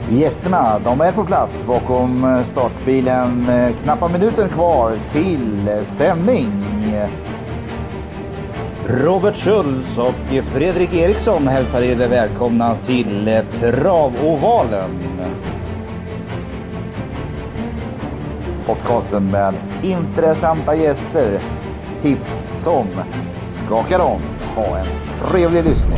Gästerna, de är på plats bakom startbilen. Knappa minuten kvar till sändning. Robert Schultz och Fredrik Eriksson hälsar er välkomna till Travovalen. Podcasten med intressanta gäster. Tips som skakar om. Ha en trevlig lyssning.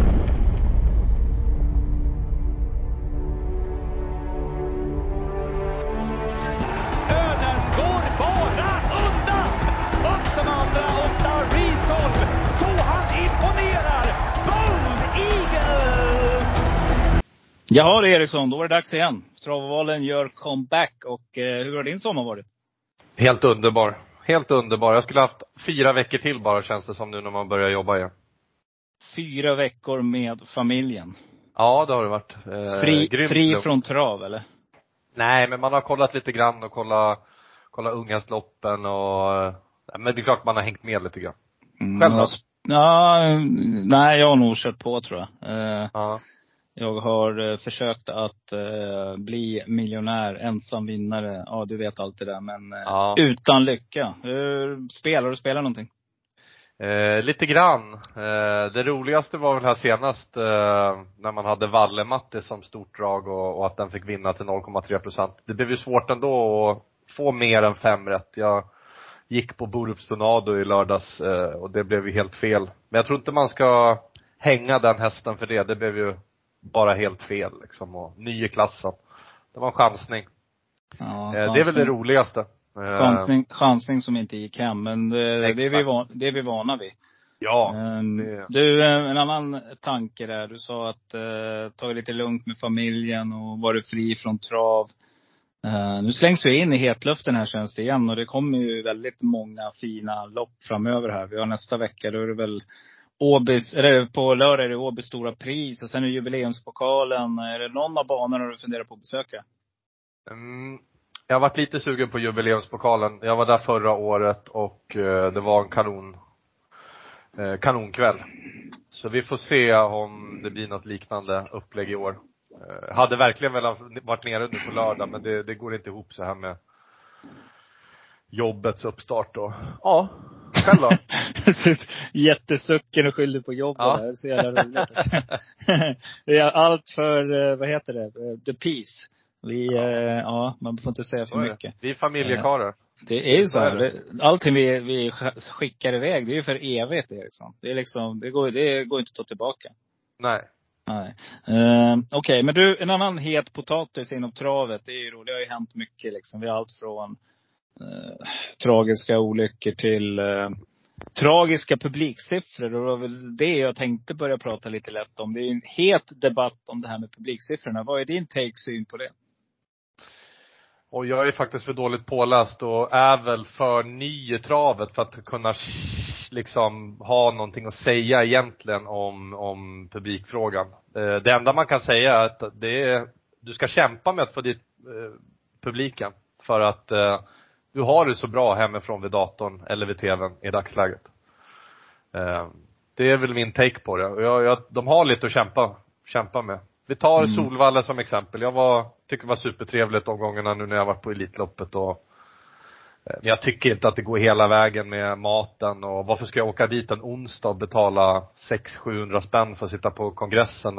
Ja, det är Eriksson. Då var det dags igen. Travovalen gör comeback. Och hur har din sommar varit? Helt underbar. Helt underbar. Jag skulle haft 4 veckor till bara, känns det som nu när man börjar jobba igen. 4 veckor med familjen. Ja, det har det varit. Fri från trav, eller? Nej, men man har kollat lite grann och kollat unghästloppen och... Men det är klart man har hängt med lite grann. Själv då? Nej, jag har nog kört på, tror jag. Ja. Jag har försökt att bli miljonär, ensam vinnare. Ja, du vet allt det där. Men utan lycka. Spelar du någonting? Lite grann. Det roligaste var väl här senast när man hade Valle-Matte som stort drag och att den fick vinna till 0,3%. Det blev ju svårt ändå att få mer än 5 rätt. Jag gick på Borups Tornado i lördags och det blev ju helt fel. Men jag tror inte man ska hänga den hästen för det. Det blev ju bara helt fel liksom, och ny i klassen. Det var en chansning. Ja, det är väl det roligaste. Chansning som inte gick hem, men det är vi vana vid. Ja. Du, en annan tanke där. Du sa att ta det lite lugnt med familjen och vara fri från trav. Nu slängs vi in i hetluften här, känns det igen. Och det kommer ju väldigt många fina lopp framöver här. Vi har nästa vecka, då är det väl Åbys, eller på lördag är det Åbys stora pris. Och sen är jubileumspokalen. Är det någon av banorna du funderar på att besöka? Jag har varit lite sugen på jubileumspokalen. Jag var där förra året och det var en kanonkväll. Så vi får se om det blir något liknande upplägg i år. Hade verkligen velat varit nere nu på lördag, men det går inte ihop så här med jobbets uppstart då. Ja, själv då? Jättesucken och skyldig på jobbet. Ja. Det är så jävla roligt. Det är allt för, vad heter det? The Peace. Man får inte säga för mycket. Vi är familjekarer. Det är ju så här. Allting vi skickar iväg, det är ju för evigt, Eriksson. Det är liksom, det går inte att ta tillbaka. Nej. Okej, men du, en annan het potatis inom travet, det är ju roligt. Det har ju hänt mycket liksom. Vi har allt från tragiska olyckor till tragiska publiksiffror. Och det var väl det jag tänkte börja prata lite lätt om. Det är en het debatt om det här med publiksiffrorna. Vad är din syn på det? Och jag är faktiskt för dåligt påläst och är väl för ny i travet för att kunna liksom ha någonting att säga egentligen om publikfrågan. Det enda man kan säga är att du ska kämpa med att få dit publiken för att du har det så bra hemifrån vid datorn eller vid tvn i dagsläget. Det är väl min take på det. De har lite att kämpa med. Vi tar Solvalla som exempel. Tycker det var supertrevligt de gångerna nu när jag varit på Elitloppet. Jag tycker inte att det går hela vägen med maten. Och varför ska jag åka dit en onsdag och betala 600-700 spänn för att sitta på kongressen.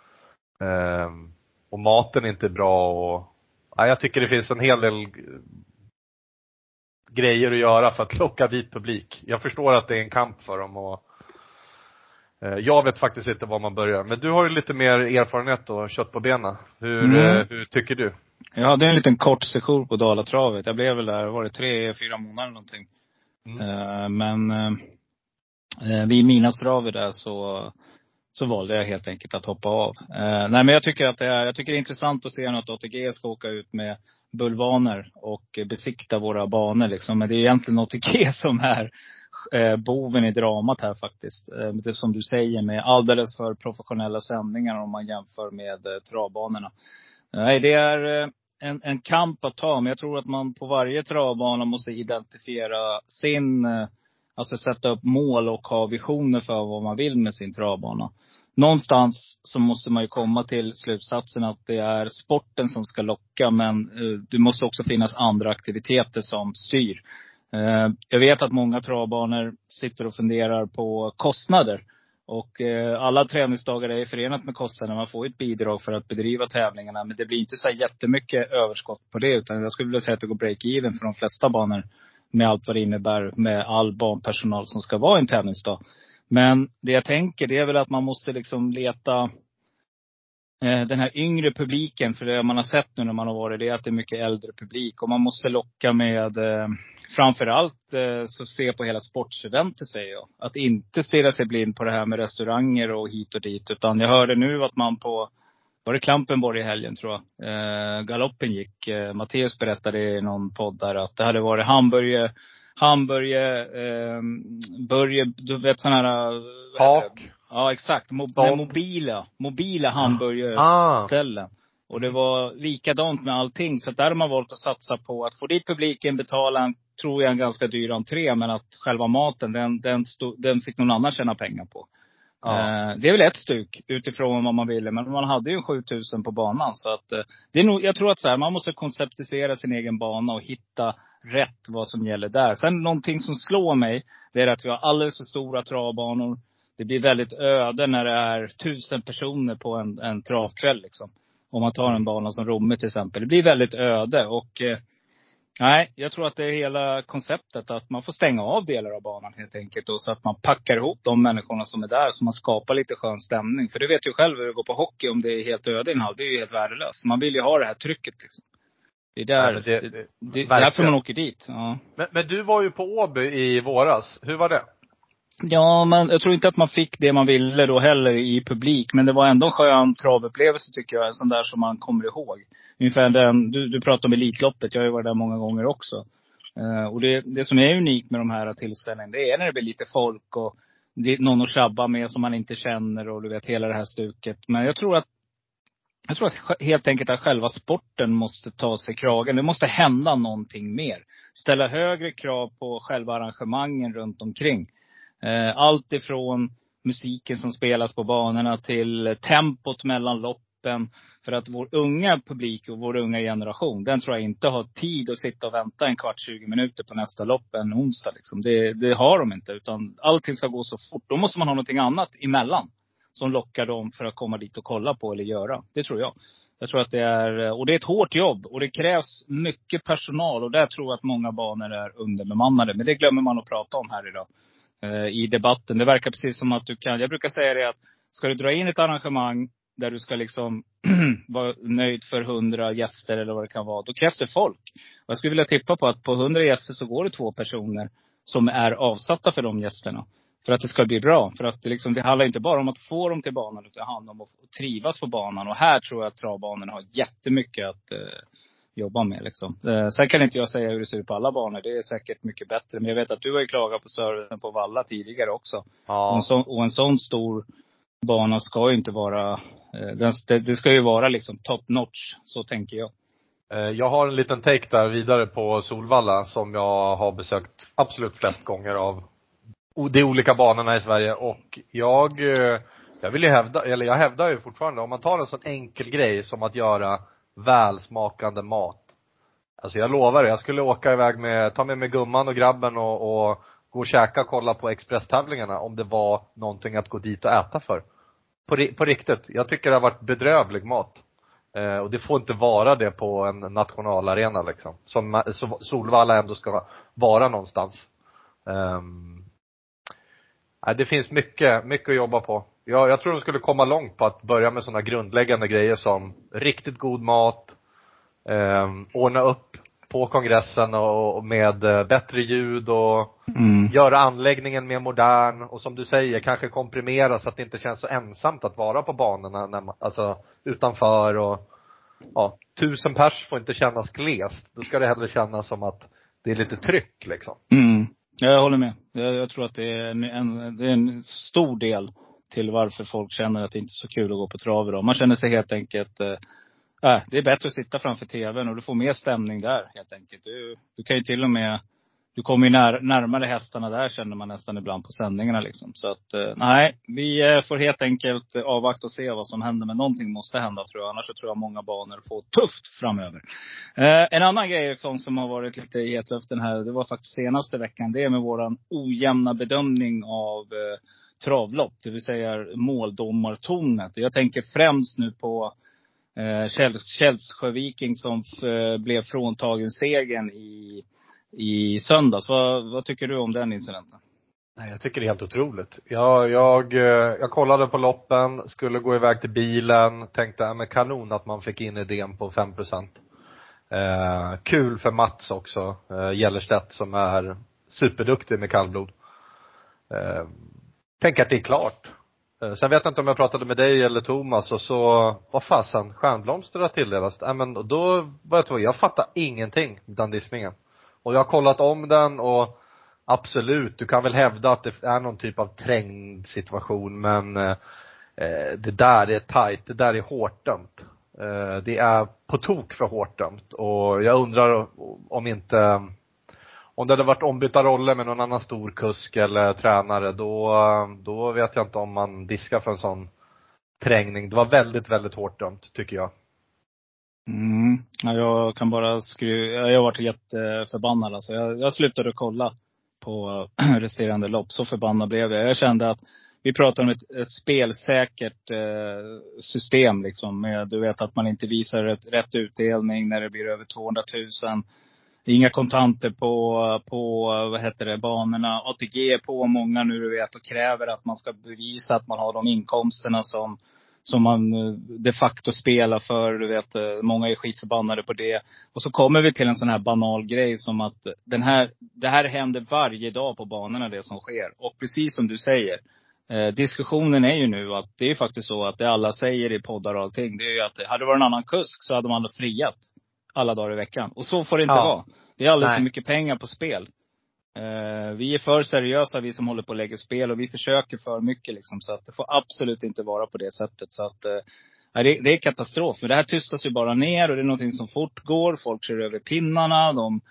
Och maten är inte bra. Jag tycker det finns en hel del grejer att göra för att locka dit publik. Jag förstår att det är en kamp för dem och jag vet faktiskt inte var man börjar. Men du har ju lite mer erfarenhet och kött på benen. Hur tycker du? Jag hade en liten kort session på Dalatravet. Jag blev väl där, var det 3-4 månader någonting. Men vid mina travet där så valde jag helt enkelt att hoppa av. Nej, men jag tycker det är intressant att se att ATG ska åka ut med bulvaner och besikta våra banor liksom. Men det är egentligen ATG som är boven i dramat här faktiskt. Det som du säger, med alldeles för professionella sändningar om man jämför med travbanorna. Nej, det är en kamp att ta. Men jag tror att man på varje travbana måste identifiera sin, alltså sätta upp mål och ha visioner för vad man vill med sin travbana. någonstans så måste man ju komma till slutsatsen att det är sporten som ska locka. Men det måste också finnas andra aktiviteter som styr. Jag vet att många travbanor sitter och funderar på kostnader. Och alla träningsdagar är förenat med kostnader. Man får ett bidrag för att bedriva tävlingarna. Men det blir inte så jättemycket överskott på det. Utan jag skulle vilja säga att det går break-even för de flesta banor. Med allt vad det innebär med all banpersonal som ska vara en tävlingsdag. Men det jag tänker, det är väl att man måste liksom leta den här yngre publiken. För det man har sett nu när man har varit, det är att det är mycket äldre publik. Och man måste locka med framförallt så se på hela sportseventet, säger jag. Att inte stirra sig blind på det här med restauranger och hit och dit. Utan jag hörde nu att man på, var det Klampenborg i helgen tror jag, galoppen gick. Matteus berättade i någon podd där att det hade varit du vet sådana här tak. Ja, exakt. Mobila hamburgerställen. Och det var likadant med allting. Så där har man valt att satsa på att få dit publiken, betala tror jag en ganska dyr entré. Men att själva maten, den fick någon annan tjäna pengar på. Ja. Det är väl ett stuk utifrån vad man ville. Men man hade ju 7000 på banan. Så att det är nog, jag tror att så här, man måste konceptisera sin egen bana och hitta rätt vad som gäller där. Sen någonting som slår mig, det är att vi har alldeles för stora travbanor. Det blir väldigt öde när det är 1000 personer på en travkväll liksom. Om man tar en bana som Romme till exempel. Det blir väldigt öde. Och nej, jag tror att det är hela konceptet. Att man får stänga av delar av banan helt enkelt. Och så att man packar ihop de människorna som är där. Så man skapar lite skön stämning. För du vet ju själv hur det går på hockey om det är helt öde inhall. Det är ju helt värdelöst. Man vill ju ha det här trycket liksom. Det är där, det är därför man åker dit. Ja. Men du var ju på Åby i våras. Hur var det? Ja, men jag tror inte att man fick det man ville då heller i publik. Men det var ändå en skön travupplevelse tycker jag. En sån där som man kommer ihåg. Ungefär den, du pratade om Elitloppet. Jag har ju varit där många gånger också. Och det som är unikt med de här tillställningarna, det är när det blir lite folk. Och det är någon att tjabba med som man inte känner. Och du vet hela det här stuket. Men jag tror att helt enkelt att själva sporten måste ta sig kragen. Det måste hända någonting mer. Ställa högre krav på själva arrangemangen runt omkring. Allt ifrån musiken som spelas på banorna till tempot mellan loppen. För att vår unga publik och vår unga generation, den tror jag inte har tid att sitta och vänta en kvart, 20 minuter på nästa lopp en onsdag. Liksom. Det har de inte, utan allting ska gå så fort. Då måste man ha någonting annat emellan som lockar dem för att komma dit och kolla på eller göra. Det tror jag. Jag tror att det är, och det är ett hårt jobb. Och det krävs mycket personal. Och där tror jag att många banor är underbemannade. Men det glömmer man att prata om här idag. I debatten. Det verkar precis som att jag brukar säga det att ska du dra in ett arrangemang där du ska liksom vara nöjd för 100 gäster eller vad det kan vara. Då krävs det folk. Och jag skulle vilja tippa på att på 100 gäster så går det 2 personer som är avsatta för de gästerna. För att det ska bli bra. För att det handlar inte bara om att få dem till banan. Utan det handlar om att trivas på banan. Och här tror jag att travbanorna har jättemycket att jobba med. Liksom. Sen kan inte jag säga hur det ser ut på alla banor. Det är säkert mycket bättre. Men jag vet att du har ju klagat på servicen på Valla tidigare också. Ja. Och en sån stor bana ska ju inte vara... Det ska ju vara liksom top notch. Så tänker jag. Jag har en liten take där vidare på Solvalla. Som jag har besökt absolut flest gånger av de olika banorna i Sverige. Och jag vill ju hävda, eller jag hävdar ju fortfarande, om man tar en sån enkel grej som att göra välsmakande mat. Alltså jag lovar det, jag skulle åka iväg ta med mig gumman och grabben och gå och käka och kolla på expresstävlingarna om det var någonting att gå dit och äta för. På riktigt, jag tycker det har varit bedrövlig mat. Och det får inte vara det på en nationalarena liksom. Som Solvalla ändå ska vara någonstans. Det finns mycket att jobba på. Jag tror de skulle komma långt på att börja med sådana grundläggande grejer som riktigt god mat, ordna upp på kongressen och med bättre ljud och göra anläggningen mer modern och som du säger kanske komprimera så att det inte känns så ensamt att vara på banorna när man, alltså utanför och 1000 pers får inte kännas glest. Då ska det hellre kännas som att det är lite tryck liksom. Jag håller med. Jag tror att det är en stor del till varför folk känner att det inte är så kul att gå på trav idag. Man känner sig helt enkelt... det är bättre att sitta framför tvn och du får mer stämning där helt enkelt. Du kan ju till och med... du kommer ju närmare hästarna där, känner man nästan ibland på sändningarna liksom. Så att nej, vi får helt enkelt avvakta och se vad som händer. Men någonting måste hända, tror jag. Annars så tror jag många banor får tufft framöver. En annan grej som har varit lite i hetluften här, det var faktiskt senaste veckan. Det är med våran ojämna bedömning av travlopp. Det vill säga måldomartornet. Jag tänker främst nu på Källsjöviking som blev fråntagen segern i söndags. Vad tycker du om den incidenten? Nej, jag tycker det är helt otroligt. Jag kollade på loppen, skulle gå iväg till bilen, tänkte men kanon att man fick in idén på 5%. Kul för Mats också, Gellerstedt, som är superduktig med kallblod. Tänker att det är klart. Sen vet jag inte om jag pratade med dig eller Thomas, och så vad fasen, stjärnblomster har tilldelats. Men då var jag fattar ingenting den dissningen. Och jag har kollat om den, och absolut, du kan väl hävda att det är någon typ av trängd situation, men det där är tight, det där är hårt dömt. Det är på tok för hårt dömt, och jag undrar om det hade varit ombytta roller med någon annan stor kusk eller tränare, då vet jag inte om man diskar för en sån trängning. Det var väldigt, väldigt hårt dömt, tycker jag. Ja, jag kan bara jag har varit jätteförbannad. Alltså. Jag slutade kolla på resterande lopp. Så förbannad blev jag. Jag kände att vi pratar om ett spelsäkert system. Liksom, med, du vet, att man inte visar rätt utdelning när det blir över 200 000. Inga kontanter på banorna. ATG på många nu, du vet, och kräver att man ska bevisa att man har de inkomsterna som man de facto spelar för. Du vet, många är skitförbannade på det. Och så kommer vi till en sån här banal grej som att det här händer varje dag på banorna, det som sker. Och precis som du säger, diskussionen är ju nu att det är faktiskt så att det alla säger i poddar och allting, det är ju att hade det varit en annan kusk så hade man friat alla dagar i veckan. Och så får det inte vara. Det är alldeles för mycket pengar på spel. Vi är för seriösa, vi som håller på att lägga spel, och vi försöker för mycket liksom, så att det får absolut inte vara på det sättet. Så att det är katastrof. Men det här tystas ju bara ner, och det är någonting som fortgår. Folk kör över pinnarna, de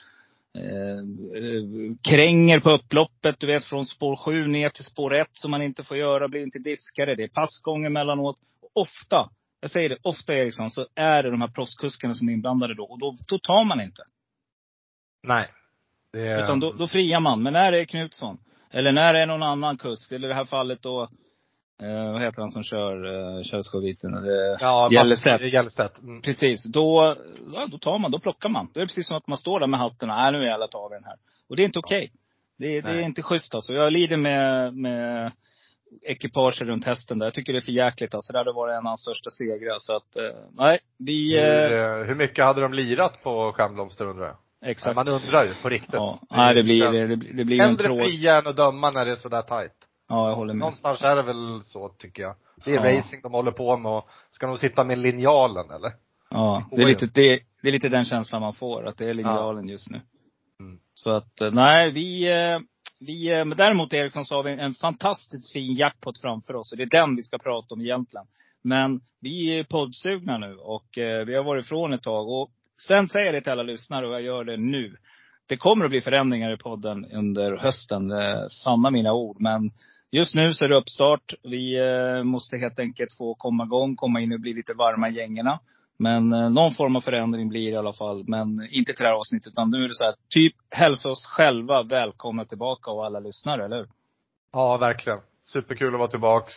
kränger på upploppet, du vet, från spår 7 ner till spår 1 som man inte får göra, blir inte diskare. Det är passgång emellanåt. Ofta, jag säger det, ofta Eriksson, så är det de här proffskuskarna som är inblandade då. Och då tar man inte. Nej. Utan då friar man. Men när det är Knutsson, eller när det är någon annan kusk, eller i det här fallet då, vad heter han som kör Källsjöviken? Gellerstedt. Precis. Då tar man, då plockar man. Då är det precis som att man står där med hatten. Nu är alla tar den här. Och det är inte okej. Det är inte schysst alltså. Jag lider med ekipage runt hästen där. Jag tycker det är för jäkligt alltså. Det hade varit en av hans största segrar. Så att, nej. Hur mycket hade de lirat på Stjärnblomster, undrar jag? Exakt. Man undrar ju på riktigt. Ja, nej, det blir en tråd. Fria än att döma när det är sådär tajt. Ja, jag håller med. Någonstans är det väl så, tycker jag. Det är racing de håller på med, och ska de sitta med linjalen, eller? Ja, det är lite den känslan man får, att det är linjalen just nu. Så att, nej, men däremot Eriksson, så har vi en fantastiskt fin jackpot framför oss. Och det är den vi ska prata om egentligen. Men vi är poddsugna nu, och vi har varit ifrån ett tag. Och sen säger jag det till alla lyssnare, och jag gör det nu. Det kommer att bli förändringar i podden under hösten, sanna mina ord. Men just nu så är det uppstart. Vi måste helt enkelt få komma in och bli lite varma i gängerna. Men någon form av förändring blir i alla fall. Men inte till det här avsnittet, utan nu är det så här, typ hälsa oss själva välkomna tillbaka, och alla lyssnare, eller hur? Ja, verkligen. Superkul att vara tillbaks.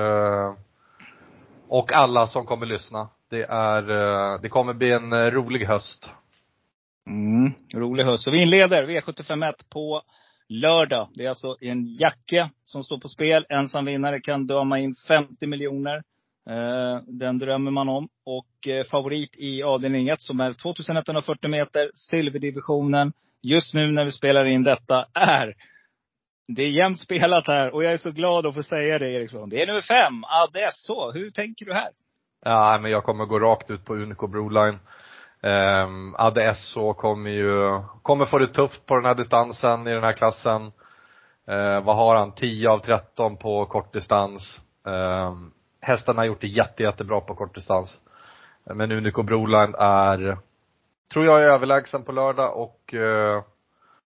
Och alla som kommer lyssna. Det kommer bli en rolig höst. Rolig höst. Och vi inleder V75 på lördag. Det är alltså en jacke som står på spel. Ensam vinnare kan döma in 50 miljoner. Den drömmer man om. Och favorit i avdelning 1, som är 2140 meter, silverdivisionen. Just nu när vi spelar in detta det är jämnt spelat här. Och jag är så glad att få säga det, Eriksson. Det är nummer 5, Adesso. Hur tänker du här? Ja, men jag kommer gå rakt ut på Unico Broline. Adesso kommer få det tufft på den här distansen, i den här klassen. Vad har han? 10 av 13 på kortdistans. Hästarna har gjort det jättebra på kortdistans. Men Unico Broline tror jag är överlägsen på lördag, och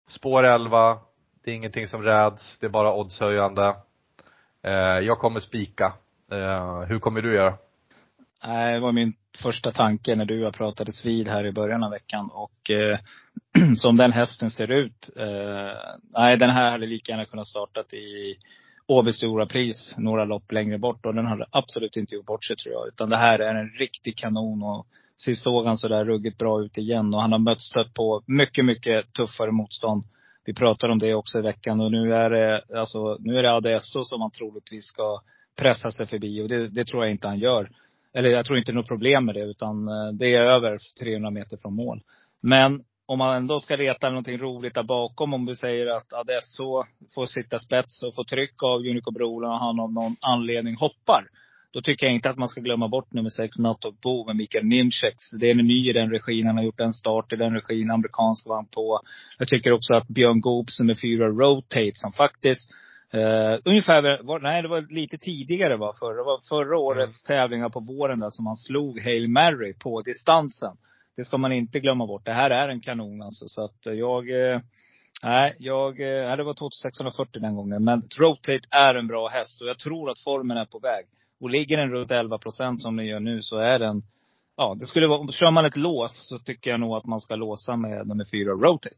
Spår 11. Det är ingenting som räds. Det är bara oddshöjande. Jag kommer spika. Hur kommer du göra? Det var min första tanke när du pratade vid här i början av veckan. Och som den hästen ser ut. Den här hade lika gärna kunnat startat i Åby Stora Pris. Några lopp längre bort. Och den hade absolut inte gjort bort sig, tror jag. Utan det här är en riktig kanon. Och sist såg han så där ruggigt bra ut igen. Och han har stött på mycket, mycket tuffare motstånd. Vi pratade om det också i veckan. Och nu är det ADSO som han troligtvis ska pressa sig förbi. Och det tror jag inte han gör. Eller jag tror inte det är något problem med det. Utan det är över 300 meter från mål. Men om man ändå ska leta någonting roligt där bakom. Om vi säger att ADSO får sitta spets och få tryck av Unico Brolan. Och han av någon anledning hoppar. Då tycker jag inte att man ska glömma bort nummer 6, Natok Bo med Mikael Nimcheks. Det är en ny i den regin. Han har gjort en start i den regin. Amerikansk var han på. Jag tycker också att Björn Goops nummer 4, Rotate, som faktiskt det var lite tidigare det var förra årets tävlingar på våren där som han slog Hail Mary på distansen. Det ska man inte glömma bort. Det här är en kanon alltså. Så att det var 2640 den gången. Men Rotate är en bra häst och jag tror att formen är på väg. Och ligger den runt 11% som den gör nu så är den, det skulle vara, kör man ett lås så tycker jag nog att man ska låsa med nummer 4 Rotate.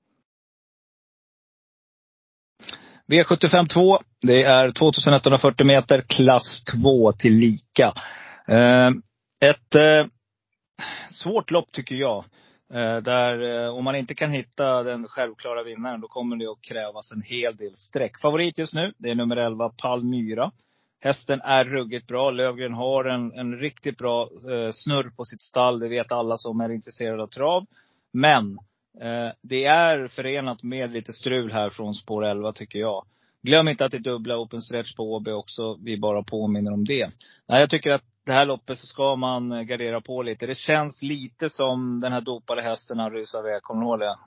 V75 2, det är 2140 meter, klass 2 till lika. Ett svårt lopp tycker jag. Där om man inte kan hitta den självklara vinnaren, då kommer det att krävas en hel del streck. Favorit just nu, det är nummer 11 Palmyra. Hästen är ruggigt bra. Lövgren har en riktigt bra snurr på sitt stall. Det vet alla som är intresserade av trav. Men det är förenat med lite strul här från spår 11 tycker jag. Glöm inte att det är dubbla open stretch på Åby också. Vi bara påminner om det. Nej, jag tycker att det här loppet så ska man gardera på lite. Det känns lite som den här dopade hästen har rusat iväg. Kommer du ihåg det?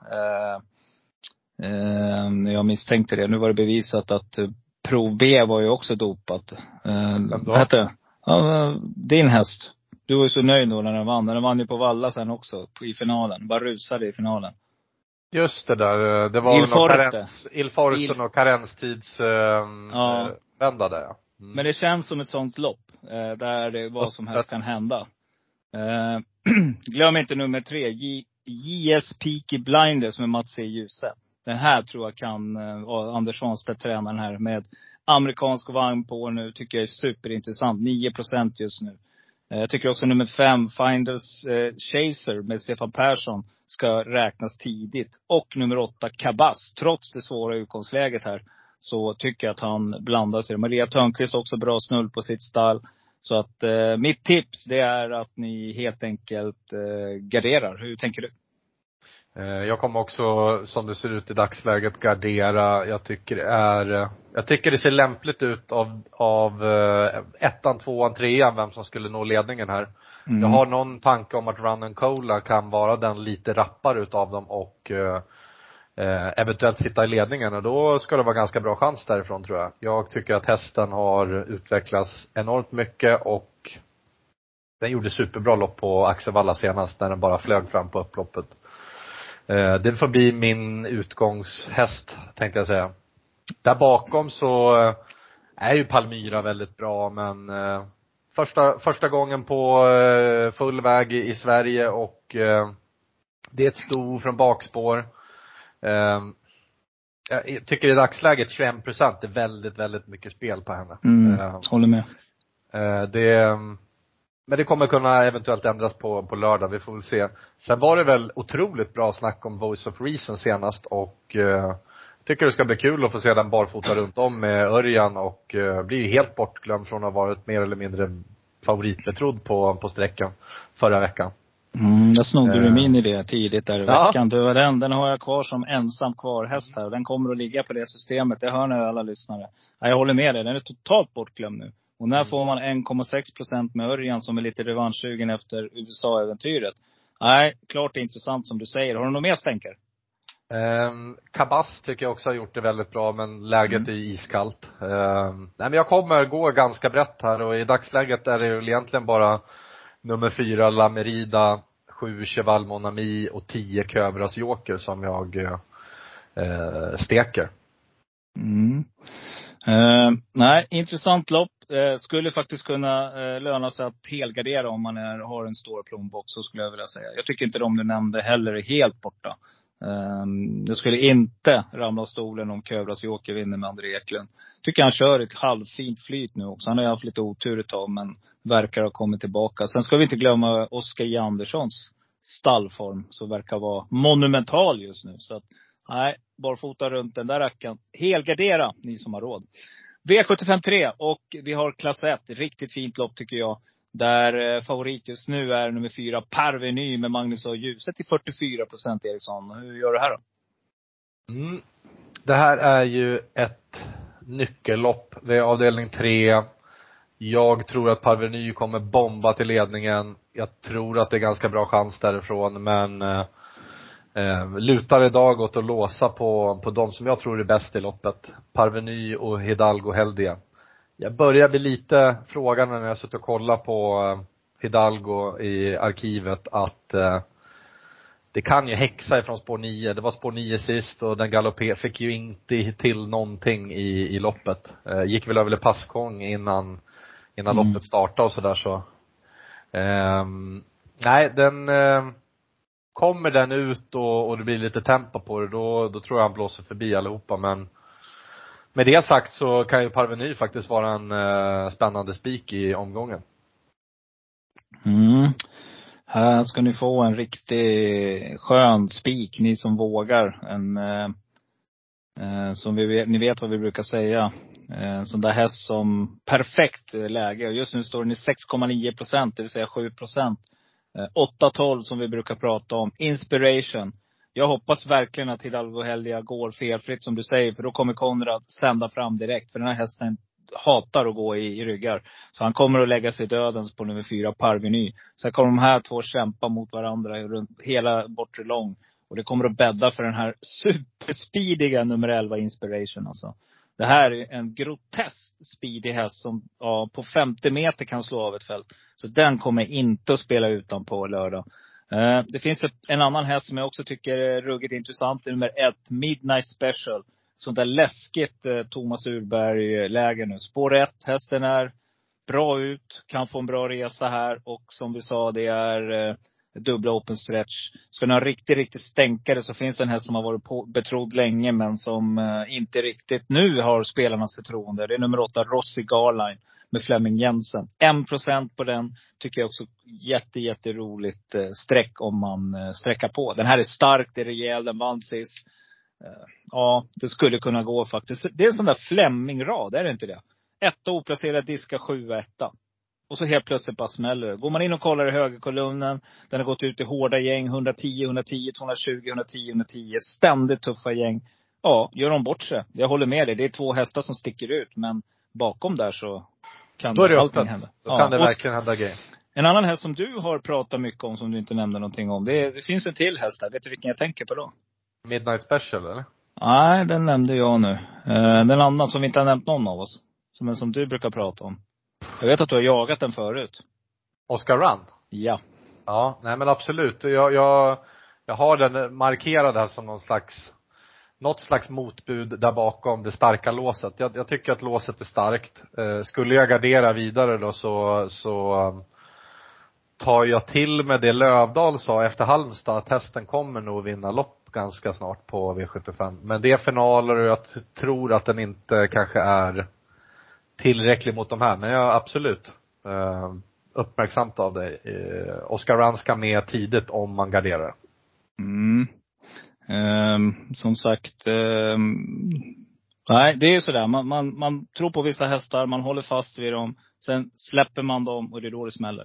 Jag misstänkte det. Nu var det bevisat att Prov B var ju också dopat. Vad heter det? Din häst. Du var ju så nöjd då när den vann. Den vann ju på Valla sen också i finalen. Bara rusade i finalen. Just det där. Det var Ilforten och karenstids vända där. Mm. Men det känns som ett sånt lopp. Där det vad som helst kan hända. Glöm inte nummer 3. JS Peaky Blinders med Mats C. Djuse. Den här tror jag kan, Anders Svanstedt tränar den här med amerikansk vagn på nu. Tycker jag är superintressant. 9% just nu. Jag tycker också nummer 5, Finders Chaser med Stefan Persson ska räknas tidigt. Och nummer 8, Kabas. Trots det svåra utgångsläget här så tycker jag att han blandar sig. Maria Törnqvist också bra snull på sitt stall. Så att mitt tips det är att ni helt enkelt garderar. Hur tänker du? Jag kommer också, som det ser ut i dagsläget, gardera. Jag tycker det ser lämpligt ut av 1:an, 2:an, 3:an vem som skulle nå ledningen här. Mm. Jag har någon tanke om att Run and Cola kan vara den lite rappare utav dem och eventuellt sitta i ledningen. Och då ska det vara ganska bra chans därifrån, tror jag. Jag tycker att hästen har utvecklats enormt mycket och den gjorde superbra lopp på Axevalla senast när den bara flög fram på upploppet. Det får bli min utgångshäst, tänkte jag säga. Där bakom så är ju Palmyra väldigt bra, men första gången på full väg i Sverige och det är ett sto från bakspår. Jag tycker i dagsläget 21% är väldigt, väldigt mycket spel på henne. Håller med. Men det kommer kunna eventuellt ändras på lördag, vi får väl se. Sen var det väl otroligt bra snack om Voice of Reason senast och tycker det ska bli kul att få se den barfota runt om med Örjan och blir helt bortglömd från att ha varit mer eller mindre favoritbetrodd på sträckan förra veckan. Jag snodde du min idé tidigt där i veckan. Du, den har jag kvar som ensam kvar häst här. Den kommer att ligga på det systemet. Det hör nu alla lyssnare. Ja, jag håller med dig. Den är totalt bortglömd nu. Och när får man 1,6% med Örjan som är lite revanschsugen efter USA-äventyret? Nej, klart det är intressant som du säger. Har du något mer stänker? Kabas tycker jag också har gjort det väldigt bra, men läget är iskallt. Nej, men jag kommer gå ganska brett här och i dagsläget är det ju egentligen bara nummer 4 La Merida, 7 Cheval Monami och 10 Köbras Joker som jag steker. Nej, intressant lopp. Skulle faktiskt kunna löna sig att helgardera om man har en stor plånbok, så skulle jag vilja säga. Jag tycker inte de du nämnde heller är helt borta. Det skulle inte ramla av stolen om Kövras Joker vinner med André Eklund. Tycker han kör ett halvfint flyt nu också. Han har ju haft lite otur ett tag, men verkar ha kommit tillbaka. Sen ska vi inte glömma Oskar J. Anderssons stallform, så verkar vara monumental just nu. Så att, nej, barfota runt den där rackaren. Helgardera, ni som har råd. V75-3 och vi har klass 1. Riktigt fint lopp tycker jag. Där favorit just nu är nummer 4 Parveny med Magnus och Ljuset till 44% Eriksson. Hur gör du här då? Det här är ju ett nyckellopp. Det är avdelning 3. Jag tror att Parveny kommer bomba till ledningen. Jag tror att det är ganska bra chans därifrån. Men lutar idag åt att låsa på de som jag tror är bäst i loppet. Parveny och Hidalgo Heldia. Jag börjar bli lite frågan när jag suttit och kollat på Hidalgo i arkivet att det kan ju häxa ifrån spår 9. Det var spår 9 sist och den fick ju inte till någonting i loppet. Gick väl över passgång innan loppet startade och sådär så. Nej, kommer den ut och det blir lite tempo på det, då tror jag han blåser förbi allihopa. Men med det sagt så kan ju Parveny faktiskt vara en spännande spik i omgången. Här ska ni få en riktig skön spik, ni som vågar. Som ni vet vad vi brukar säga. Sån där häst som perfekt läge. Och just nu står den i 6,9%, det vill säga 7%. 8-12 som vi brukar prata om. Inspiration. Jag hoppas verkligen att Hidalgo Heldia går felfritt som du säger. För då kommer Konrad sända fram direkt. För den här hästen hatar att gå i ryggar. Så han kommer att lägga sig dödens på nummer 4 Parveny. Sen kommer de här två kämpa mot varandra runt hela bortre lång. Och det kommer att bädda för den här superspeediga nummer 11 Inspiration alltså. Det här är en grotesk speedy häst som på 50 meter kan slå av ett fält. Så den kommer inte att spela utan på lördag. Det finns en annan häst som jag också tycker är ruggigt intressant. Det är nummer 1, Midnight Special. Sånt där läskigt Thomas Urberg-läge nu. Spår 1, hästen är bra ut. Kan få en bra resa här. Och som vi sa, det är dubbla open stretch. Ska ni ha riktigt stänkare så finns det en häst som har varit betrodd länge. Men som inte riktigt nu har spelarnas förtroende. Det är nummer 8, Rossi Garline med Flemming Jensen. 1% på den tycker jag också jätteroligt streck om man sträcker på. Den här är stark, det är rejäl, den vann sist. Ja, det skulle kunna gå faktiskt. Det är en sån där Flemming-rad, är det inte det? 1 oplacerad diska 7-1. Och så helt plötsligt bara smäller. Går man in och kollar i högerkolumnen. Den har gått ut i hårda gäng. 110, 220, 110. Ständigt tuffa gäng. Ja, gör de bort sig. Jag håller med dig. Det är 2 hästar som sticker ut. Men bakom där så kan då är det allting hända. Då kan det verkligen hända grejer. En annan häst som du har pratat mycket om som du inte nämnde någonting om. Det finns en till häst där. Vet du vilken jag tänker på då? Midnight Special eller? Nej, den nämnde jag nu. Den annan som vi inte har nämnt någon av oss. Som du brukar prata om. Jag vet att du har jagat den förut. Oscar Run? Ja. Ja, nej men absolut. Jag har den markerad här som något slags motbud där bakom det starka låset. Jag tycker att låset är starkt. Skulle jag gardera vidare då så tar jag till med det Lövdahl sa efter Halmstad att hästen kommer nog vinna lopp ganska snart på V75. Men det är finaler och jag tror att den inte kanske är tillräcklig mot de här. Men jag absolut uppmärksamt av dig. Oscar Run ska med tidigt om man garderar. Som sagt, nej, det är ju sådär. Man tror på vissa hästar, man håller fast vid dem. Sen släpper man dem och det är då det smäller.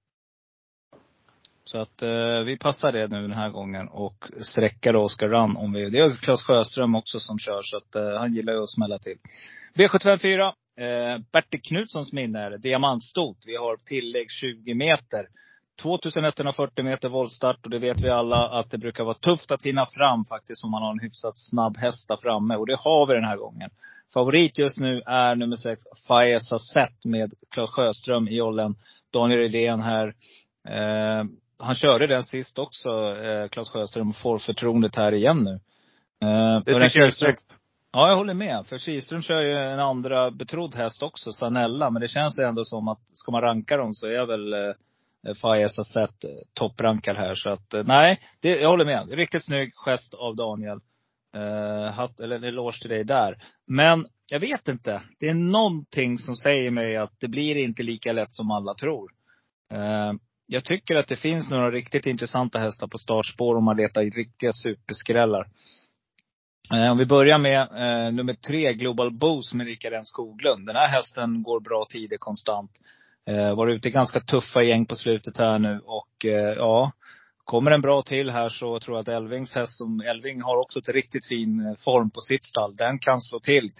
Så att vi passar det nu den här gången och sträcker Oscar Run om vi. Det är Claes Sjöström också som kör så att han gillar ju att smälla till. V754, Bertil Knutssons minne är det. Diamantstot. Vi har tillägg 20 meter. 2140 meter voltstart och det vet vi alla att det brukar vara tufft att hinna fram faktiskt om man har en hyfsat snabb häst där framme. Och det har vi den här gången. Favorit just nu är nummer 6, Faesa Sett med Claes Sjöström i jollen. Daniel Rydén här. Han körde den sist också, Claes Sjöström, och får förtroendet här igen nu. Det tycker jag är snyggt. Ja, jag håller med. För Kihlström kör ju en andra betrodd häst också, Sanella. Men det känns ändå som att ska man ranka dem så är väl Fires har sett topprankar här. Så att nej, jag håller med. Riktigt snygg gest av Daniel. Eller eloge till dig där. Men jag vet inte. Det är någonting som säger mig att det blir inte lika lätt som alla tror. Jag tycker att det finns några riktigt intressanta hästar på startspår om man letar i riktiga superskrällar. Om vi börjar med nummer 3, Global Boost med Rickard Skoglund. Den här hästen går bra tider konstant. Var ute ganska tuffa gäng på slutet här nu. Och ja, kommer en bra till här så tror jag att Elvings häst, som Elving har också ett riktigt fin form på sitt stall. Den kan slå till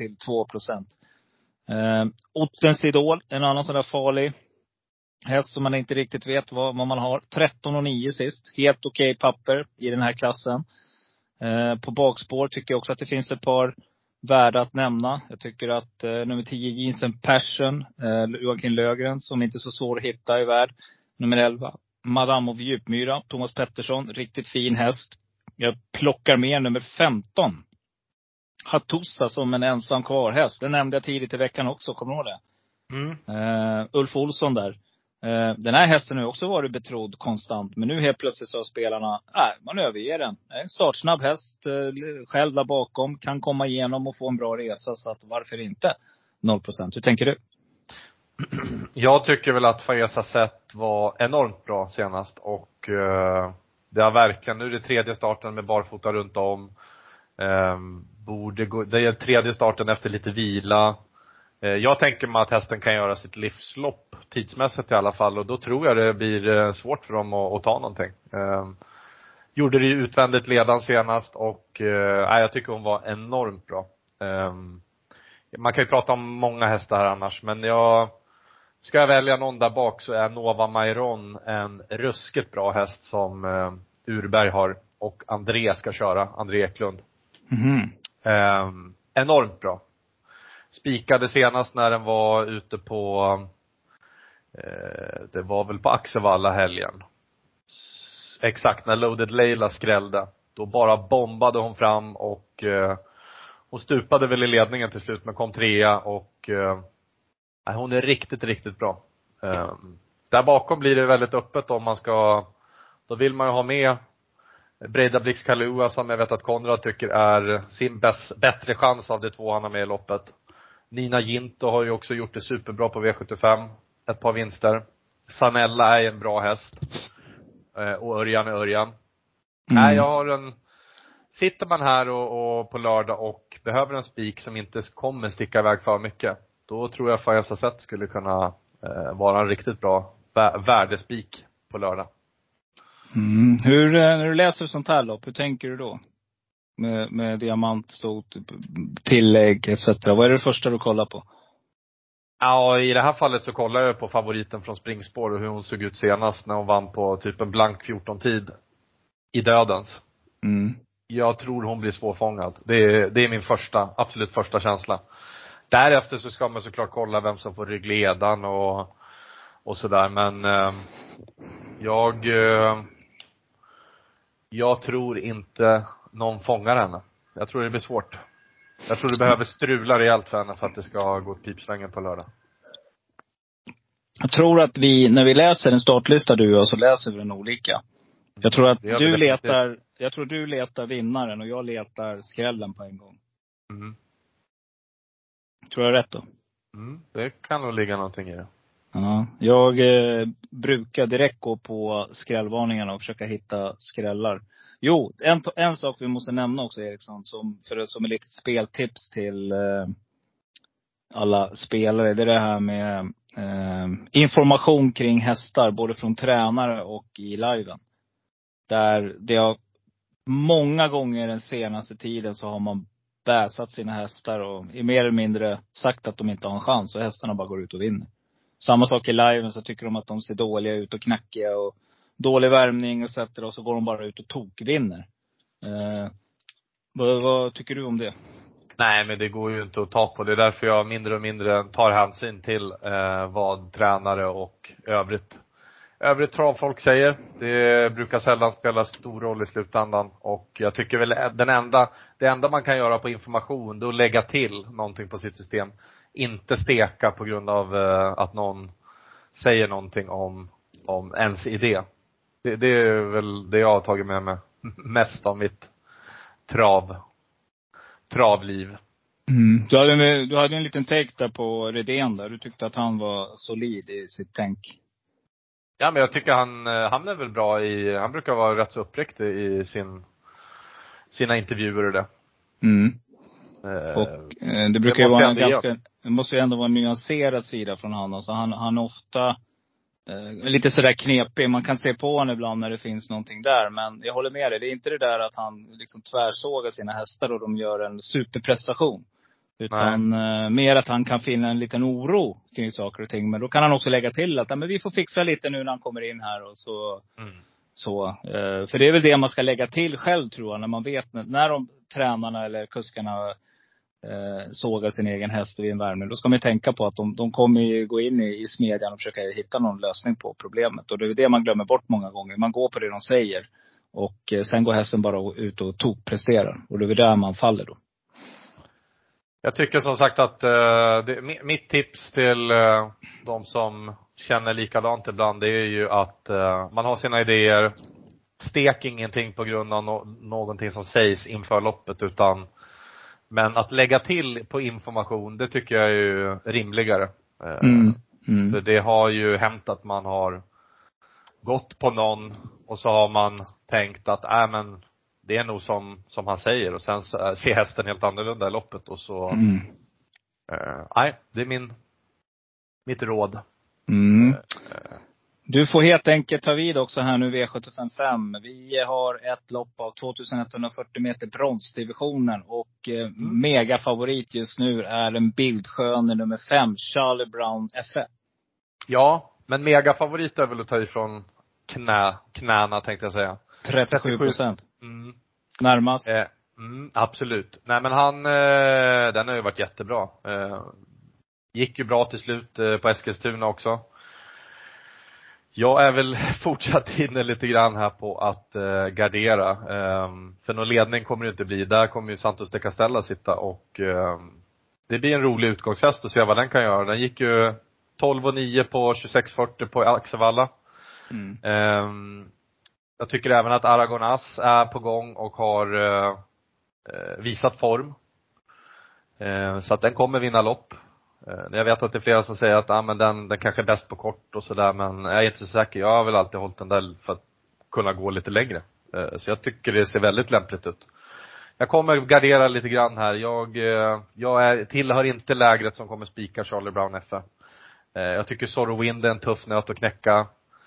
2%. Ottens Idol, en annan sån där farlig häst som man inte riktigt vet vad man har. 13,9 sist. Helt okej papper i den här klassen. På bakspår tycker jag också att det finns ett par värda att nämna. Jag tycker att nummer 10 Jensen Persson, Joakim Lögren, som inte är så svår att hitta i värld. Nummer 11 Madame of Djupmyra, Thomas Pettersson, riktigt fin häst. Jag plockar med nummer 15 Hattusa som en ensam kvar häst. Den nämnde jag tidigt i veckan också, kommer du ihåg det? Ulf Olsson där. Den här hästen har också varit betrodd konstant. Men nu helt plötsligt så har spelarna, man överger den. En startsnabb häst, själv där bakom, kan komma igenom och få en bra resa. Så att varför inte 0%? Hur tänker du? Jag tycker väl att Faesa Sett var enormt bra senast. Och det har verkligen, nu är det tredje starten med barfota runt om. Det är tredje starten efter lite vila. Jag tänker mig att hästen kan göra sitt livslopp tidsmässigt i alla fall. Och då tror jag det blir svårt för dem att ta någonting. Gjorde det ju utvändigt ledan senast. Och jag tycker hon var enormt bra. Man kan ju prata om många hästar här annars. Men ska jag välja någon där bak så är Nova Mairon en ruskigt bra häst som Urberg har. Och André ska köra, André Eklund. Enormt bra. Spikade senast när den var ute på det var väl på Axevalla helgen. Exakt när Loaded Leila skrällde. Då bara bombade hon fram och hon stupade väl i ledningen till slut men kom 3 och hon är riktigt, riktigt bra. Där bakom blir det väldigt öppet om man ska, då vill man ju ha med Breda Blix Kalua som jag vet att Konrad tycker är sin bättre chans av de 2 han har med i loppet. Nina Ginto har ju också gjort det superbra på V75. Ett par vinster. Sanella är en bra häst. Och Örjan är Örjan. Nej, jag har sitter man här och på lördag och behöver en spik som inte kommer sticka iväg för mycket. Då tror jag Faesa Sett skulle kunna vara en riktigt bra värdespik på lördag. När du läser sånt här lopp, hur tänker du då? Med diamant, stort tillägg etc. Vad är det första du kollar på? Ja, i det här fallet så kollar jag på favoriten från springspår och hur hon såg ut senast när hon vann på typ en blank 14-tid i dödens. Jag tror hon blir svårfångad. Det är min absolut första känsla. Därefter så ska man såklart kolla vem som får ryggledan och sådär. Men jag tror inte någon fångar henne. Jag tror det blir svårt. Jag tror du behöver strula rejält för henne för att det ska gå pipsvängen på lördag. Jag tror att när vi läser en startlista du och så läser vi den olika. Jag tror att du letar vinnaren och jag letar skrällen på en gång. Tror jag rätt då? Det kan nog ligga någonting i det. Ja, jag brukar direkt gå på skrällvarningarna och försöka hitta skrällar. Jo, en sak vi måste nämna också, Eriksson, som är lite speltips till alla spelare. Det är det här med information kring hästar, både från tränare och i liven. Där det har många gånger den senaste tiden så har man bäsat sina hästar och i mer eller mindre sagt att de inte har en chans och hästarna bara går ut och vinner. Samma sak i liven, så tycker de att de ser dåliga ut och knackiga och dålig värmning och sätter och så går de bara ut och tokvinner. Vad tycker du om det? Nej, men det går ju inte att ta på. Det är därför jag mindre och mindre tar hänsyn till vad tränare och övrigt övrigt travfolk säger. Det brukar sällan spela stor roll i slutändan. Och jag tycker väl det enda man kan göra på information, det är att lägga till någonting på sitt system. Inte steka på grund av att någon säger någonting om ens idé. Det är väl det jag har tagit med mig mest av mitt travliv. Mm. Du hade en liten take där på Redén där. Du tyckte att han var solid i sitt tänk. Ja, men jag tycker han är väl bra han brukar vara rätt så uppriktig i sina intervjuer och det. Mm. Och det brukar ju vara det måste ju ändå vara en nyanserad sida från han. Alltså han är ofta lite sådär knepig. Man kan se på honom ibland när det finns någonting där. Men jag håller med dig. Det är inte det där att han liksom tvärsågar sina hästar och de gör en superprestation. Utan mer att han kan finna en liten oro kring saker och ting. Men då kan han också lägga till att men vi får fixa lite nu när han kommer in här. Och så, för det är väl det man ska lägga till själv, tror jag. När man vet när de tränarna eller kuskarna sågar sin egen häst vid en värmning. Då ska man tänka på att de kommer ju gå in i smedjan och försöka hitta någon lösning på problemet. Och det är det man glömmer bort många gånger. Man går på det de säger. Och sen går hästen bara ut och tokpresterar. Och det är där man faller då. Jag tycker som sagt att mitt tips till de som känner likadant ibland, det är ju att man har sina idéer. Stek ingenting på grund av någonting som sägs inför loppet, men att lägga till på information, det tycker jag är ju rimligare. För det har ju hänt att man har gått på någon och så har man tänkt att men det är nog som han säger, och sen så ser hästen helt annorlunda i loppet och så det är mitt råd. Du får helt enkelt ta vid också här nu V755. Vi har ett lopp av 2140 meter bronsdivisionen. Och megafavorit just nu är en bildsköne nummer 5, Charlie Brown FF. Ja, men megafavorit är väl att ta ifrån knäna tänkte jag säga. 37%. Närmast. Absolut. Nej, men den har ju varit jättebra. Gick ju bra till slut på Eskilstuna också. Jag är väl fortsatt inne lite grann här på att gardera. För någon ledning kommer det inte bli. Där kommer ju Santos de Castella sitta. Och det blir en rolig utgångshäst att se vad den kan göra. Den gick ju 12,9 på 26,40 på Axevalla. Jag tycker även att Aragonas är på gång och har visat form. Så att den kommer vinna lopp. Jag vet att det är flera som säger att men den kanske är bäst på kort och sådär. Men jag är inte så säker. Jag har väl alltid hållit den där för att kunna gå lite längre. Så jag tycker det ser väldigt lämpligt ut. Jag kommer gardera lite grann här. Jag tillhör inte lägret som kommer spika Charlie Brown FF. Jag tycker Sorrow Wind är en tuff nöt att knäcka.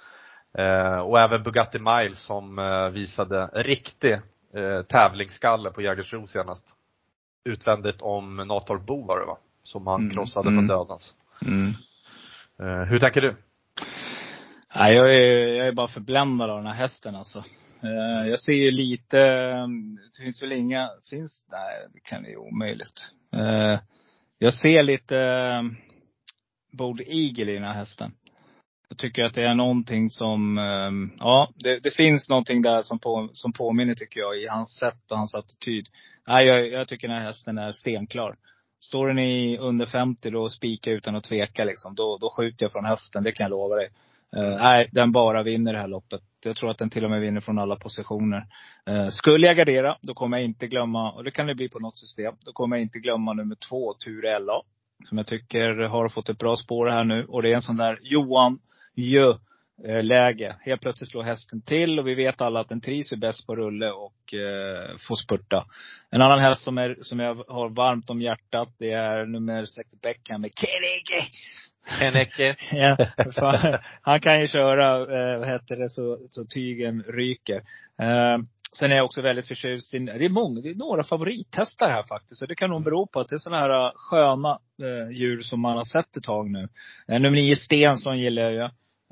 Och även Bugatti Miles som visade riktig tävlingsskalle på Jägersro senast. Utvändigt om Natorp Bo var det, va? Som han krossade från dödens. Hur tänker du? Nej, jag är bara förbländad av den här hästen alltså. Jag ser ju lite, det finns väl inga, nej det kan ju omöjligt. Jag ser lite Bold Eagle i den här hästen. Jag tycker att det är någonting som, det finns någonting där som påminner tycker jag i hans sätt och hans attityd. Nej, jag tycker den här hästen är stenklar. Står den i under 50 då spika utan att tveka liksom. Då skjuter jag från höften, det kan jag lova dig. Nej, den bara vinner det här loppet. Jag tror att den till och med vinner från alla positioner. Skulle jag gardera, då kommer jag inte glömma, och det kan det bli på något system, då kommer jag inte glömma nummer 2, Tur LA. Som jag tycker har fått ett bra spår här nu. Och det är en sån där Johan läge. Helt plötsligt slår hästen till. Och vi vet alla att den trivs är bäst på rulle och får spurta. En annan häst som jag har varmt om hjärtat, det är nummer 6 Beckham med Kenneke. Ja, han kan ju köra, vad heter det, så tygen ryker. Sen är jag också väldigt förtjust. Det är några favorithästar här faktiskt. Och det kan nog bero på att det är sådana här sköna djur som man har sett ett tag nu. Nummer 9 Stensson gillar jag.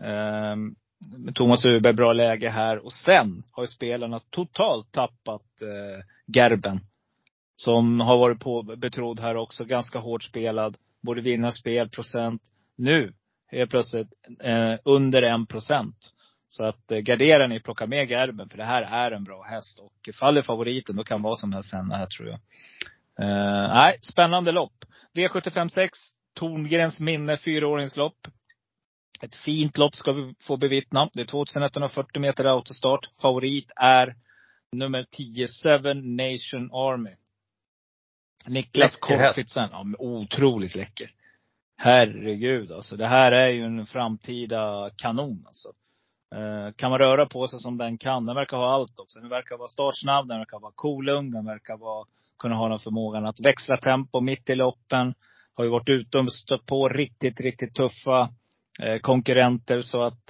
Thomas Uberg, bra läge här. Och sen har ju spelarna totalt tappat Gerben. Som har varit betrodd här också. Ganska hårt spelad. Borde vinna spelprocent. Nu är plötsligt under 1%. Så att gardera ni, plocka med Gerben. För det här är en bra häst. Och faller favoriten, då kan vara som helst hända här, tror jag. Nej, spännande lopp. V75-6, Torngrens minne, 4-åringslopp. Ett fint lopp ska vi få bevittna. Det är 2140 meter autostart. Favorit är nummer 10, Seven Nation Army. Niklas Korfitsen. Ja, otroligt läcker. Herregud alltså. Det här är ju en framtida kanon alltså. Kan man röra på sig som den kan. Den verkar ha allt också. Den verkar vara startsnabb. Den verkar vara kolugn. Den verkar kunna ha den förmågan att växla tempo mitt i loppen. Har ju varit ute och stött på riktigt tuffa konkurrenter. Så att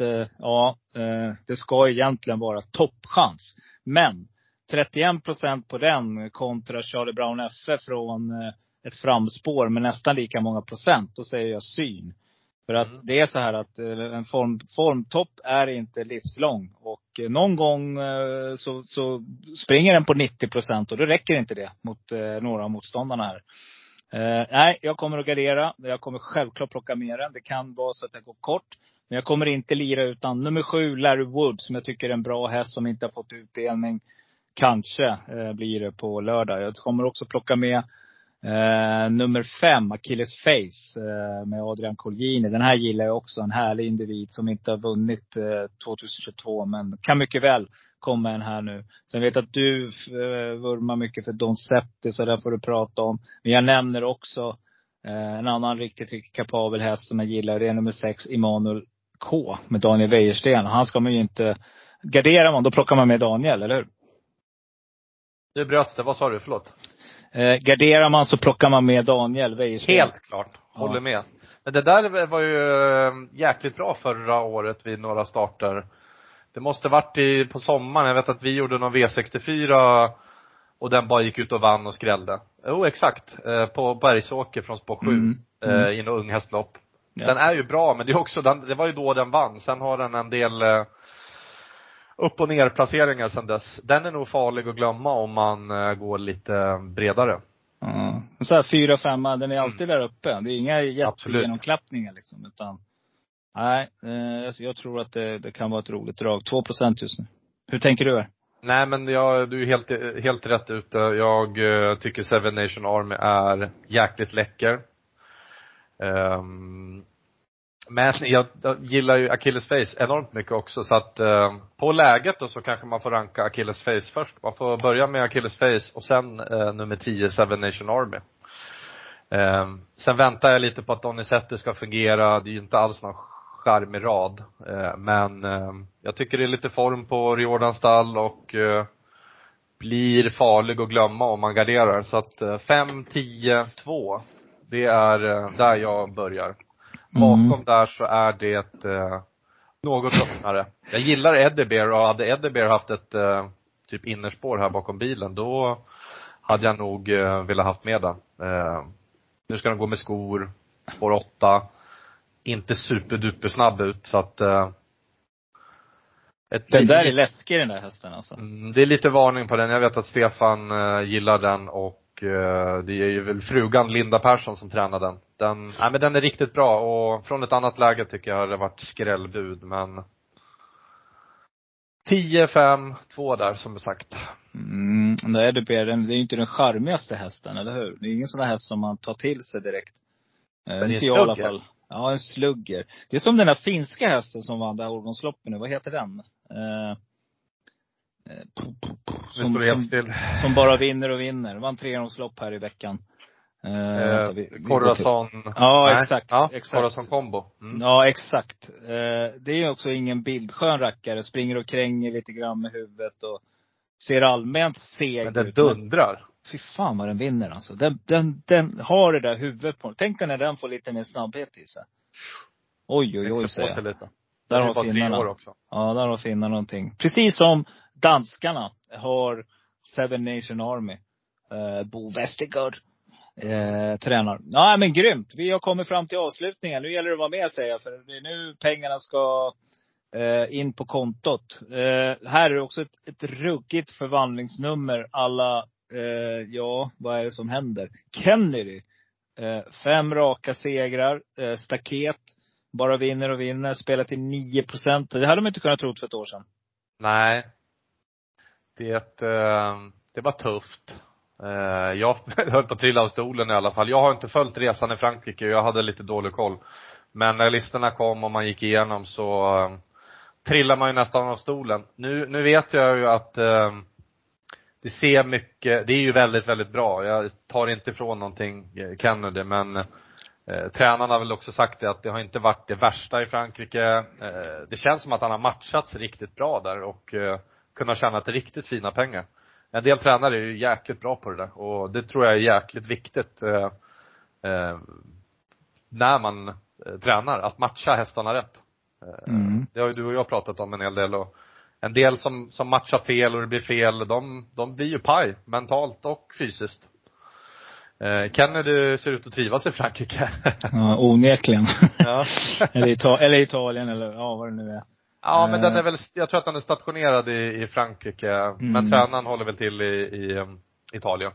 det ska egentligen vara toppchans. Men 31% på den kontra Charlie Brown FF från ett framspår med nästan lika många procent. Då säger jag syn. För att det är så här att en formtopp är inte livslång. Och någon gång så springer den på 90%. Och då räcker inte det mot några av motståndarna här. Nej, jag kommer att gardera. Jag kommer självklart plocka med den. Det kan vara så att jag går kort. Men jag kommer inte lira utan nummer 7, Larry Wood. Som jag tycker är en bra häst som inte har fått utdelning. Kanske blir det på lördag. Jag kommer också plocka med nummer 5, Achilles Face med Adrian Colgjini. Den här gillar jag också. En härlig individ som inte har vunnit 2022. Men kan mycket väl komma en här nu. Sen vet jag att du vurmar mycket för Don Setti. Så där får du prata om. Men jag nämner också en annan riktigt kapabel häst som jag gillar. Det är nummer 6, Immanuel K. Med Daniel Wäjersten. Han ska man ju inte gardera man. Då plockar man med Daniel, eller hur? Det bröts det. Vad sa du? Förlåt. Garderar man så plockar man med Daniel Wäjersten. Helt klart. Håller med. Men det där var ju jäkligt bra förra året vid några starter. Det måste varit på sommaren. Jag vet att vi gjorde någon V64 och den bara gick ut och vann och skrällde. Exakt. På Bergsåker från spår 7 i en ung hästlopp. Ja. Den är ju bra, men det är också det var ju då den vann. Sen har den en del upp- och ner-placeringar sedan dess. Den är nog farlig att glömma om man går lite bredare. Så här 4-5, den är alltid där uppe. Det är inga jättegenomklappningar liksom, utan nej, jag tror att det kan vara ett roligt drag. 2% just nu. Hur tänker du här? Nej, men du är helt rätt ute. Jag tycker Seven Nation Army är jäkligt läcker. Men jag gillar ju Achilles Face enormt mycket också. Så att på läget då så kanske man får ranka Achilles Face först. Man får börja med Achilles Face och sen nummer 10, Seven Nation Army. Sen väntar jag lite på att Donizetti ska fungera. Det är ju inte alls någon charmig rad. Men jag tycker det är lite form på Riordan stall och blir farlig att glömma om man garderar. Så att 5, 10, 2. Det är där jag börjar. Bakom där så är det något öppnare. Jag gillar Eddie Bear, och hade Eddie Bear haft ett typ innerspår här bakom bilen, då hade jag nog velat haft med den. Nu ska den gå med skor, spår 8. Inte superduper snabb ut, så att den där är läskig, den där hästen alltså. Det är lite varning på den. Jag vet att Stefan gillar den, och det är ju väl frugan Linda Persson som tränar den. Men den är riktigt bra, och från ett annat läge tycker jag det har varit skrällbud, men 10-5-2 där som sagt. Det är ju inte den charmigaste hästen, eller hur? Det är ingen sån här häst som man tar till sig direkt. Men inte i alla fall. Ja, en slugger. Det är som den här finska hästen som vann det här årgångsloppen nu. Vad heter den? Som bara vinner och vinner. Vann 3-årslopp här i veckan. Corazon. Ja, exakt. Ja, Corazon Combo. Ja, exakt. Det är ju också ingen bildskön rackare. Springer och kränger lite grann med huvudet och ser allmänt seg ut. Men den dundrar. Fy fan vad den vinner alltså. Den har det där huvudet på. Tänk dig när den får lite mer snabbhet i sig. Oj, säger jag. Där har finnarna också. Ja, där har finnarna någonting. Precis som danskarna har Seven Nation Army. Bo Westergaard tränar. Ja, men grymt. Vi har kommit fram till avslutningen. Nu gäller det att vara med, säger jag. För det är nu pengarna ska in på kontot. Här är det också ett ruggigt förvandlingsnummer. Alla, vad är det som händer? Kennedy. 5 raka segrar. Staket. Bara vinner och vinner. Spelar till 9%. Det hade man inte kunnat tro för ett år sedan. Nej. Det var tufft. Jag höll på att trilla av stolen i alla fall. Jag har inte följt resan i Frankrike. Jag hade lite dålig koll. Men när listorna kom och man gick igenom så trillar man ju nästan av stolen. Nu vet jag ju att det ser mycket, det är ju väldigt, väldigt bra. Jag tar inte ifrån någonting Kennedy, men tränaren har väl också sagt det, att det har inte varit det värsta i Frankrike. Det känns som att han har matchats riktigt bra där och kunnat tjäna till riktigt fina pengar. En del tränare är ju jäkligt bra på det där, och det tror jag är jäkligt viktigt när man tränar, att matcha hästarna rätt. Det har ju du och jag pratat om en hel del, och en del som matchar fel och det blir fel, de blir ju paj mentalt och fysiskt. Kennedy ser ut att trivas i Frankrike. Ja, onekligen. Ja. eller Italien, eller ja, vad det nu är. Ja, men den är väl, jag tror att den är stationerad i Frankrike. Men tränaren håller väl till i Italien.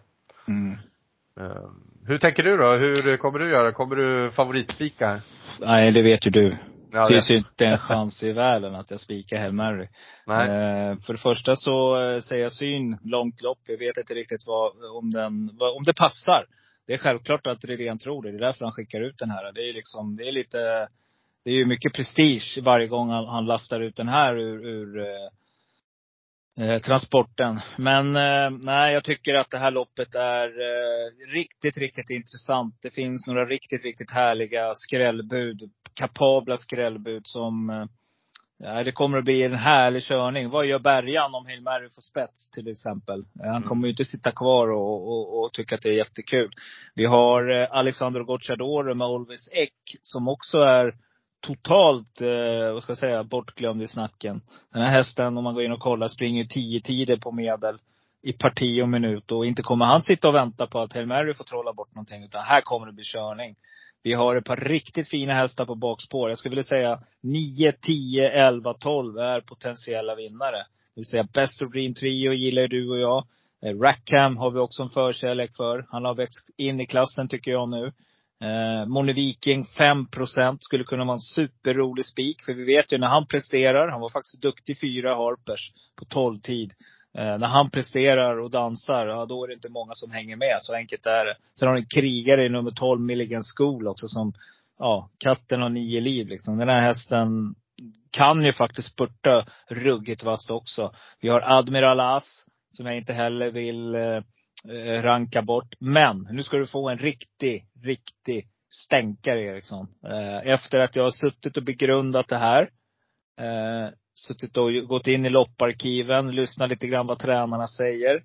Hur tänker du då? Hur kommer du göra? Kommer du favoritspika här? Nej, det vet ju du. Ja, det finns ju inte en chans i världen att jag spikar Hail Mary. Nej. För det första så säger jag syn långt lopp. Jag vet inte riktigt om det passar. Det är självklart att Redén tror det. Det är därför han skickar ut den här. Det är ju mycket prestige varje gång han lastar ut den här ur transporten. Men nej, jag tycker att det här loppet är riktigt, riktigt intressant. Det finns några riktigt, riktigt härliga skrällbud. Kapabla skrällbud som det kommer att bli en härlig körning. Vad gör Bergan om Hail Mary får spets till exempel? Han kommer ju inte sitta kvar och tycka att det är jättekul. Vi har Alexander Gocciadoro med Always Eck som också är totalt, bortglömd i snacken. Den här hästen, om man går in och kollar, springer 10 tider på medel i parti och minut. Och inte kommer han sitta och vänta på att Hail Mary får trolla bort någonting. Utan här kommer det bli körning. Vi har ett par riktigt fina hästar på bakspår. Jag skulle vilja säga 9, 10, 11, 12 är potentiella vinnare. Det vill säga Best of Green Trio gillar du och jag. Rackham har vi också en förkärlek för. Han har växt in i klassen tycker jag nu. Moni Viking 5% skulle kunna vara en superrolig spik. För vi vet ju när han presterar, han var faktiskt duktig 4 Harpers på 12 tid. När han presterar och dansar, ja, då är det inte många som hänger med. Så enkelt är det. Sen har en krigare i nummer 12 Milligan School också som, ja, katten har 9 liv liksom. Den här hästen kan ju faktiskt spurta ruggigt vast också. Vi har Admiral As som jag inte heller vill ranka bort. Men nu ska du få en riktig stänkare, Eriksson. Efter att jag har suttit och begrundat det här. Suttit och gått in i lopparkiven. Lyssnat lite grann vad tränarna säger.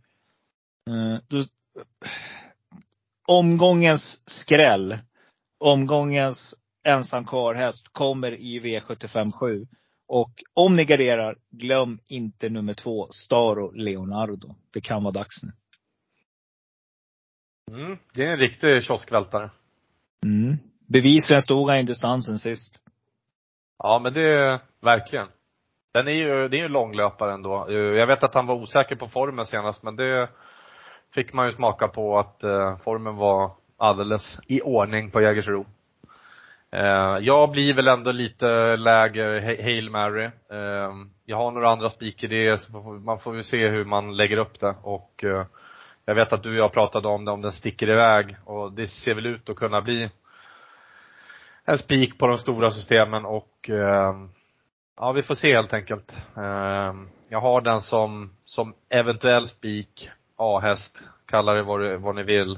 Omgångens skräll. Omgångens ensam karlhäst kommer i V75-7. Och om ni garderar, glöm inte nummer 2, Staro Leonardo. Det kan vara dags nu. Det är en riktig kioskvältare. Bevisligen stod han i distansen sist. Ja, men det är verkligen. Det är ju långlöpare ändå. Jag vet att han var osäker på formen senast, men det fick man ju smaka på att formen var alldeles i ordning på Jägersro. Jag blir väl ändå lite lägre Hail Mary. Jag har några andra spikidéer, så man får ju se hur man lägger upp det. Och jag vet att du och jag pratade om det, om den sticker iväg. Och det ser väl ut att kunna bli en spik på de stora systemen. Och ja, vi får se helt enkelt. Jag har den som eventuell spik. A-häst, kallar det vad ni vill.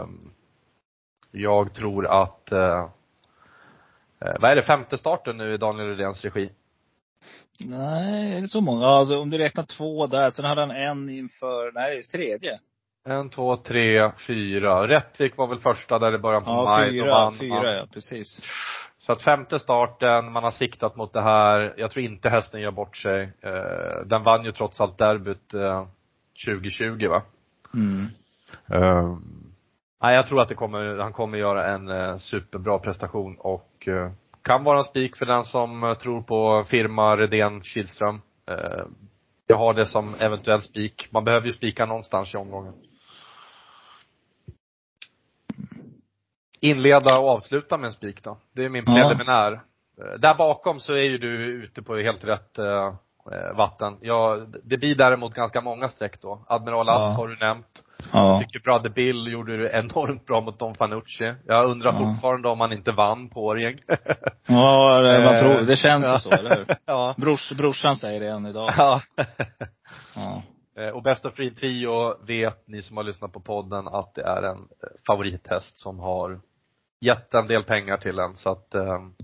Jag tror att vad är det, 5:e starten nu i Daniel Redéns regi? Nej, är det så många? Alltså om du räknar 2 där, sen hade han en inför, nej det är 3:e. 1, 2, 3, 4. Rättvik var väl första där i början på maj. 4, ja, precis. Så att 5:e starten, man har siktat mot det här. Jag tror inte hästen gör bort sig. Den vann ju trots allt derbyt 2020, va? Nej, jag tror att han kommer göra en superbra prestation. Och kan vara en spik för den som tror på firma Redén Kihlström. Jag har det som eventuell spik. Man behöver ju spika någonstans i omgången. Inleda och avsluta med en spik då. Det är min preliminär. där bakom så är ju du ute på helt rätt vatten. Det blir däremot ganska många streck då. Admiral As har du nämnt. Ja. Jag tycker Brother Bill gjorde det enormt bra mot Don Fanucci. Jag undrar fortfarande om han inte vann på Årjäng. Ja, man tror, det känns ju så, eller hur? Ja. Brorsan säger det än idag. Ja. Ja. Och Best of Free Trio vet ni som har lyssnat på podden att det är en favorithäst som har gett en del pengar till en. Så att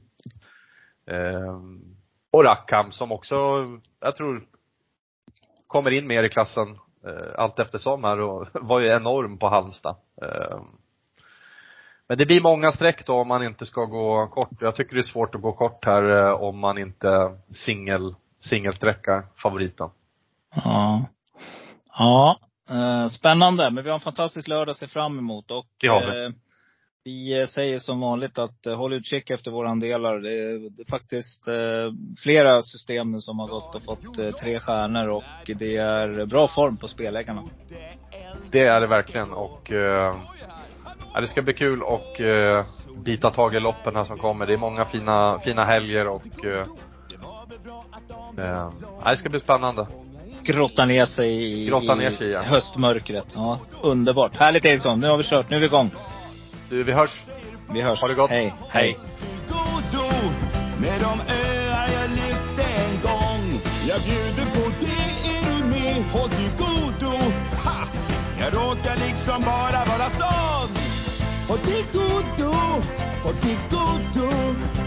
och Rackham som också, jag tror, kommer in mer i klassen allt eftersom här och var ju enorm på Halmstad. Men det blir många streck då om man inte ska gå kort. Jag tycker det är svårt att gå kort här om man inte singelsträckar favoriten. Ja. Ja, spännande. Men vi har en fantastisk lördag att se fram emot. Och vi säger som vanligt att håll utkik efter våra andelar. Det är faktiskt flera system nu som har gått och fått 3 stjärnor. Och det är bra form på speläggarna. Det är det verkligen. Och det ska bli kul och bita tag i loppen här som kommer. Det är många fina helger och det ska bli spännande. Grotta ner sig i höstmörkret. Ja, underbart. Härligt Eriksson, nu har vi kört, nu är vi igång. Du, vi hörs. Ha det gott. Hej. Med de öar jag lyfte en gång. Jag bjuder på det, är du med? Håll till godo. Ha! Jag råkar liksom bara vara sån. Håll till godo.